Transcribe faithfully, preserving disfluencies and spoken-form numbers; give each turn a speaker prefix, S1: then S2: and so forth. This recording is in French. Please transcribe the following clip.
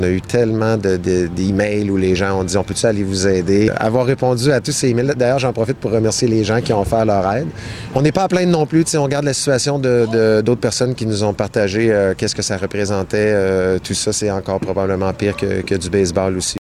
S1: On a eu tellement de, de, d'emails où les gens ont dit « On peut-tu aller vous aider? » Avoir répondu à tous ces emails. D'ailleurs, j'en profite pour remercier les gens qui ont offert leur aide. On n'est pas à plaindre non plus. On regarde la situation de, de, d'autres personnes qui nous ont partagé euh, qu'est-ce que ça représentait. Euh, tout ça, c'est encore probablement pire que, que du baseball aussi.